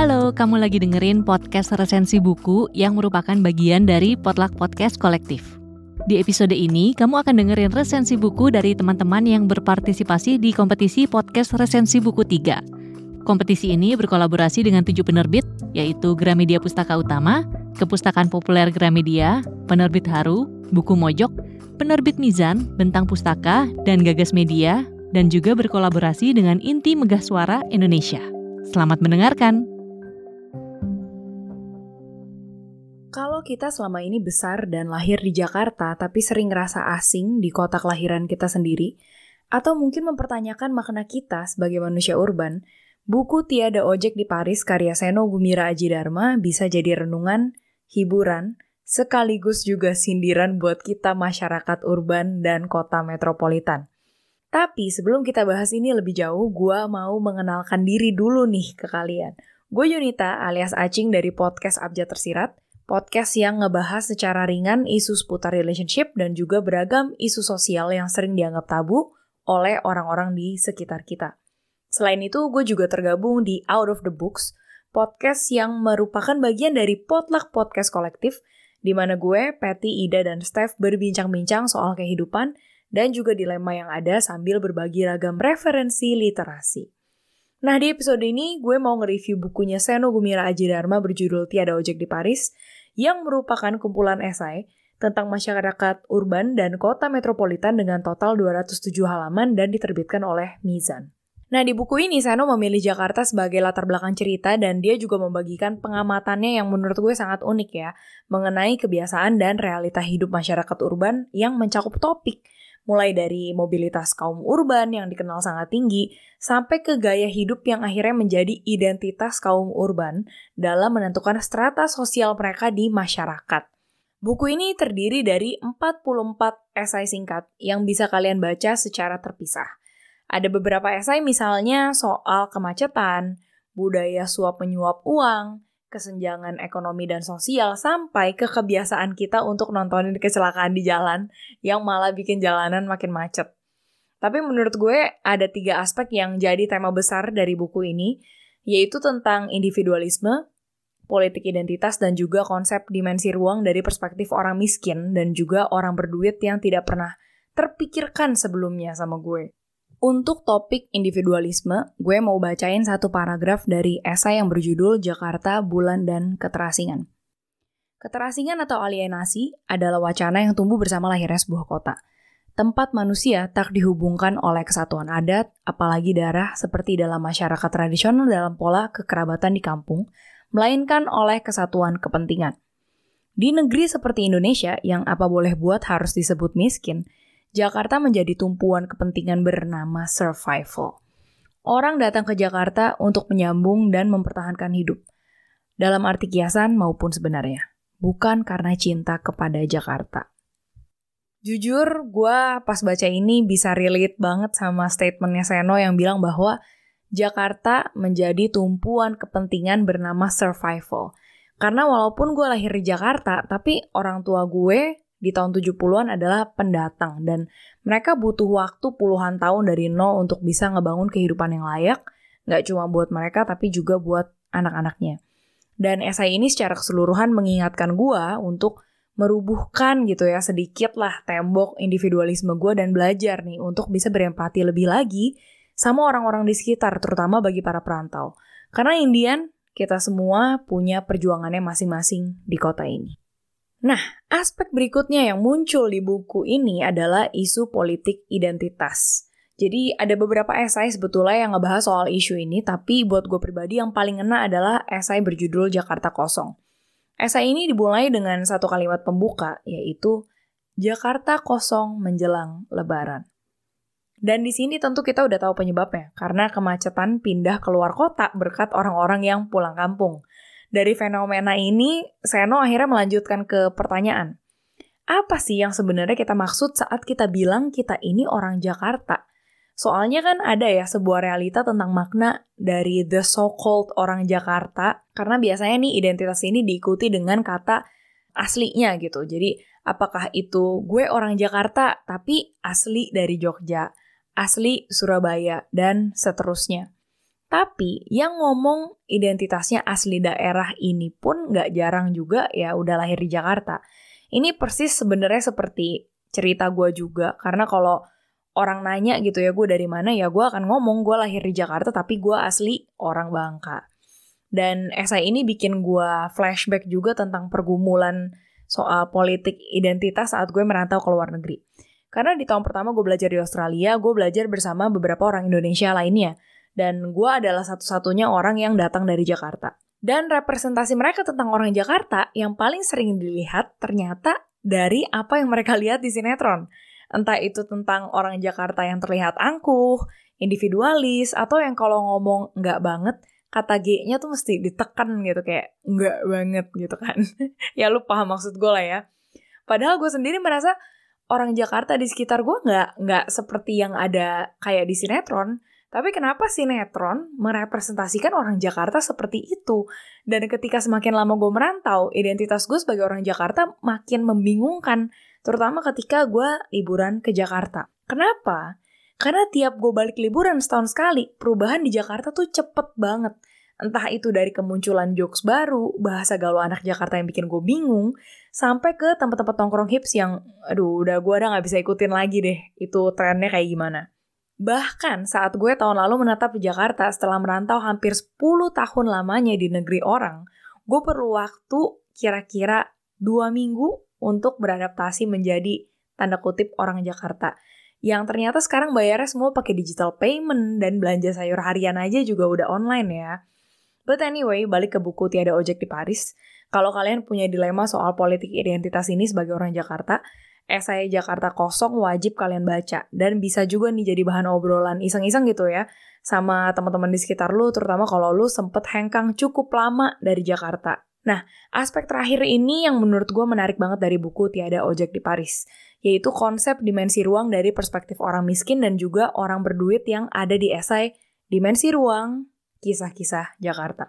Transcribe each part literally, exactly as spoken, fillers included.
Halo, kamu lagi dengerin podcast resensi buku yang merupakan bagian dari Potluck Podcast Kolektif. Di episode ini, kamu akan dengerin resensi buku dari teman-teman yang berpartisipasi di kompetisi podcast resensi buku tiga. Kompetisi ini berkolaborasi dengan tujuh penerbit, yaitu Gramedia Pustaka Utama, Kepustakaan Populer Gramedia, Penerbit Haru, Buku Mojok, Penerbit Mizan, Bentang Pustaka, dan Gagas Media, dan juga berkolaborasi dengan Inti Megah Suara Indonesia. Selamat mendengarkan! Kalau kita selama ini besar dan lahir di Jakarta tapi sering ngerasa asing di kota kelahiran kita sendiri, atau mungkin mempertanyakan makna kita sebagai manusia urban, buku Tiada Ojek di Paris karya Seno Gumira Adjidharma bisa jadi renungan, hiburan, sekaligus juga sindiran buat kita masyarakat urban dan kota metropolitan. Tapi sebelum kita bahas ini lebih jauh, gue mau mengenalkan diri dulu nih ke kalian. Gue Yunita alias Acing dari podcast Abjad Tersirat, podcast yang ngebahas secara ringan isu seputar relationship dan juga beragam isu sosial yang sering dianggap tabu oleh orang-orang di sekitar kita. Selain itu, gue juga tergabung di Out of the Books, podcast yang merupakan bagian dari Potluck Podcast Kolektif, di mana gue, Patty, Ida, dan Steph berbincang-bincang soal kehidupan dan juga dilema yang ada sambil berbagi ragam referensi literasi. Nah, di episode ini gue mau nge-review bukunya Seno Gumira Adjidharma berjudul Tiada Ojek di Paris, yang merupakan kumpulan esai tentang masyarakat urban dan kota metropolitan dengan total dua ratus tujuh halaman dan diterbitkan oleh Mizan. Nah, di buku ini Seno memilih Jakarta sebagai latar belakang cerita dan dia juga membagikan pengamatannya yang menurut gue sangat unik ya, mengenai kebiasaan dan realita hidup masyarakat urban yang mencakup topik mulai dari mobilitas kaum urban yang dikenal sangat tinggi, sampai ke gaya hidup yang akhirnya menjadi identitas kaum urban dalam menentukan strata sosial mereka di masyarakat. Buku ini terdiri dari empat puluh empat esai singkat yang bisa kalian baca secara terpisah. Ada beberapa esai misalnya soal kemacetan, budaya suap-menyuap uang, kesenjangan ekonomi dan sosial, sampai ke kebiasaan kita untuk nontonin kecelakaan di jalan yang malah bikin jalanan makin macet. Tapi menurut gue ada tiga aspek yang jadi tema besar dari buku ini, yaitu tentang individualisme, politik identitas, dan juga konsep dimensi ruang dari perspektif orang miskin dan juga orang berduit yang tidak pernah terpikirkan sebelumnya sama gue. Untuk topik individualisme, gue mau bacain satu paragraf dari esai yang berjudul Jakarta, Bulan, dan Keterasingan. Keterasingan atau alienasi adalah wacana yang tumbuh bersama lahirnya sebuah kota. Tempat manusia tak dihubungkan oleh kesatuan adat, apalagi darah seperti dalam masyarakat tradisional dalam pola kekerabatan di kampung, melainkan oleh kesatuan kepentingan. Di negeri seperti Indonesia, yang apa boleh buat harus disebut miskin, Jakarta menjadi tumpuan kepentingan bernama survival. Orang datang ke Jakarta untuk menyambung dan mempertahankan hidup. Dalam arti kiasan maupun sebenarnya. Bukan karena cinta kepada Jakarta. Jujur, gue pas baca ini bisa relate banget sama statementnya Seno yang bilang bahwa Jakarta menjadi tumpuan kepentingan bernama survival. Karena walaupun gue lahir di Jakarta, tapi orang tua gue di tahun tujuh puluhan adalah pendatang dan mereka butuh waktu puluhan tahun dari nol untuk bisa ngebangun kehidupan yang layak, nggak cuma buat mereka tapi juga buat anak-anaknya. Dan esai ini secara keseluruhan mengingatkan gue untuk merubuhkan gitu ya sedikit lah tembok individualisme gue dan belajar nih untuk bisa berempati lebih lagi sama orang-orang di sekitar, terutama bagi para perantau. Karena Indian, kita semua punya perjuangannya masing-masing di kota ini. Nah, aspek berikutnya yang muncul di buku ini adalah isu politik identitas. Jadi ada beberapa esai sebetulnya yang ngebahas soal isu ini, tapi buat gue pribadi yang paling ngena adalah esai berjudul Jakarta Kosong. Esai ini dimulai dengan satu kalimat pembuka, yaitu Jakarta kosong menjelang Lebaran. Dan di sini tentu kita udah tahu penyebabnya, karena kemacetan pindah keluar kota berkat orang-orang yang pulang kampung. Dari fenomena ini, Seno akhirnya melanjutkan ke pertanyaan. Apa sih yang sebenarnya kita maksud saat kita bilang kita ini orang Jakarta? Soalnya kan ada ya sebuah realita tentang makna dari the so-called orang Jakarta, karena biasanya nih identitas ini diikuti dengan kata aslinya gitu. Jadi apakah itu gue orang Jakarta tapi asli dari Jogja, asli Surabaya, dan seterusnya. Tapi yang ngomong identitasnya asli daerah ini pun nggak jarang juga ya udah lahir di Jakarta. Ini persis sebenarnya seperti cerita gue juga, karena kalau orang nanya gitu ya gue dari mana, ya gue akan ngomong gue lahir di Jakarta tapi gue asli orang Bangka. Dan esai ini bikin gue flashback juga tentang pergumulan soal politik identitas saat gue merantau ke luar negeri. Karena di tahun pertama gue belajar di Australia, gue belajar bersama beberapa orang Indonesia lainnya. Dan gue adalah satu-satunya orang yang datang dari Jakarta. Dan representasi mereka tentang orang Jakarta yang paling sering dilihat ternyata dari apa yang mereka lihat di sinetron. Entah itu tentang orang Jakarta yang terlihat angkuh, individualis, atau yang kalau ngomong nggak banget, kata G-nya tuh mesti ditekan gitu, kayak nggak banget gitu kan. Ya lu paham maksud gue lah ya. Padahal gue sendiri merasa orang Jakarta di sekitar gue nggak nggak seperti yang ada kayak di sinetron. Tapi kenapa sinetron merepresentasikan orang Jakarta seperti itu? Dan ketika semakin lama gue merantau, identitas gue sebagai orang Jakarta makin membingungkan. Terutama ketika gue liburan ke Jakarta. Kenapa? Karena tiap gue balik liburan setahun sekali, perubahan di Jakarta tuh cepet banget. Entah itu dari kemunculan jokes baru, bahasa gaul anak Jakarta yang bikin gue bingung, sampai ke tempat-tempat nongkrong hits yang, aduh udah gue udah gak bisa ikutin lagi deh, itu trennya kayak gimana. Bahkan saat gue tahun lalu menetap di Jakarta setelah merantau hampir sepuluh tahun lamanya di negeri orang, gue perlu waktu kira-kira dua minggu untuk beradaptasi menjadi tanda kutip orang Jakarta. Yang ternyata sekarang bayarnya semua pakai digital payment dan belanja sayur harian aja juga udah online ya. But anyway, balik ke buku Tiada Ojek di Paris. Kalau kalian punya dilema soal politik identitas ini sebagai orang Jakarta, esai Jakarta Kosong wajib kalian baca. Dan bisa juga nih jadi bahan obrolan iseng-iseng gitu ya, sama teman-teman di sekitar lu, terutama kalau lu sempet hengkang cukup lama dari Jakarta. Nah, aspek terakhir ini yang menurut gue menarik banget dari buku Tiada Ojek di Paris, yaitu konsep dimensi ruang dari perspektif orang miskin dan juga orang berduit yang ada di esai Dimensi Ruang, Kisah-Kisah Jakarta.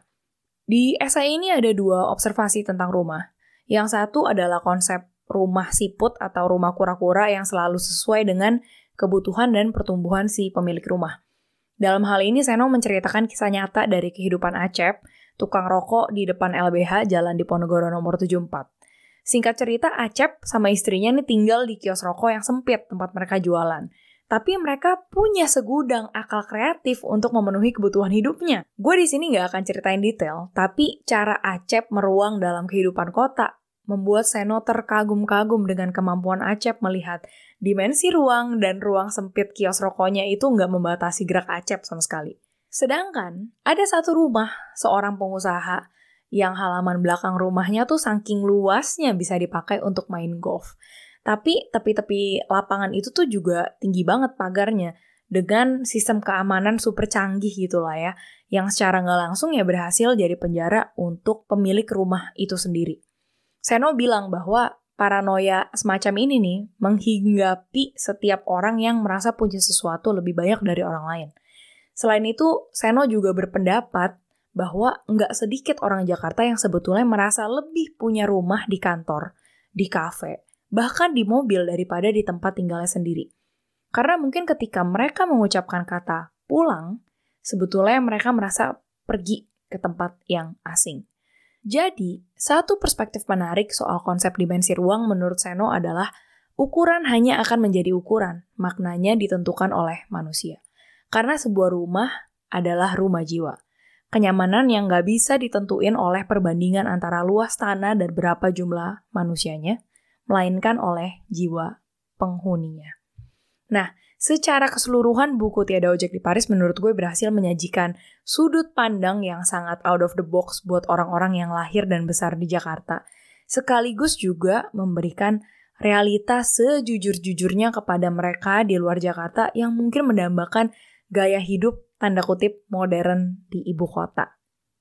Di esai ini ada dua observasi tentang rumah. Yang satu adalah konsep rumah siput atau rumah kura-kura yang selalu sesuai dengan kebutuhan dan pertumbuhan si pemilik rumah. Dalam hal ini, Seno menceritakan kisah nyata dari kehidupan Acep, tukang rokok di depan L B H Jalan Diponegoro nomor tujuh puluh empat. Singkat cerita, Acep sama istrinya nih tinggal di kios rokok yang sempit tempat mereka jualan. Tapi mereka punya segudang akal kreatif untuk memenuhi kebutuhan hidupnya. Gue di sini nggak akan ceritain detail, tapi cara Acep meruang dalam kehidupan kota membuat Seno terkagum-kagum dengan kemampuan Acep melihat dimensi ruang dan ruang sempit kios rokoknya itu nggak membatasi gerak Acep sama sekali. Sedangkan ada satu rumah seorang pengusaha yang halaman belakang rumahnya tuh saking luasnya bisa dipakai untuk main golf. Tapi tepi-tepi lapangan itu tuh juga tinggi banget pagarnya dengan sistem keamanan super canggih gitu lah ya, yang secara nggak langsung ya berhasil jadi penjara untuk pemilik rumah itu sendiri. Seno bilang bahwa paranoia semacam ini nih menghinggapi setiap orang yang merasa punya sesuatu lebih banyak dari orang lain. Selain itu, Seno juga berpendapat bahwa nggak sedikit orang Jakarta yang sebetulnya merasa lebih punya rumah di kantor, di kafe, bahkan di mobil daripada di tempat tinggalnya sendiri. Karena mungkin ketika mereka mengucapkan kata pulang, sebetulnya mereka merasa pergi ke tempat yang asing. Jadi, satu perspektif menarik soal konsep dimensi ruang menurut Seno adalah ukuran hanya akan menjadi ukuran, maknanya ditentukan oleh manusia. Karena sebuah rumah adalah rumah jiwa. Kenyamanan yang nggak bisa ditentuin oleh perbandingan antara luas tanah dan berapa jumlah manusianya, melainkan oleh jiwa penghuninya. Nah, secara keseluruhan buku Tiada Ojek di Paris menurut gue berhasil menyajikan sudut pandang yang sangat out of the box buat orang-orang yang lahir dan besar di Jakarta, sekaligus juga memberikan realitas sejujur-jujurnya kepada mereka di luar Jakarta yang mungkin mendambakan gaya hidup tanda kutip modern di ibu kota.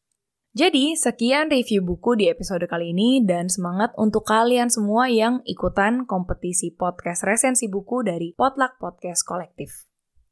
Jadi, sekian review buku di episode kali ini dan semangat untuk kalian semua yang ikutan kompetisi podcast resensi buku dari Potluck Podcast Kolektif.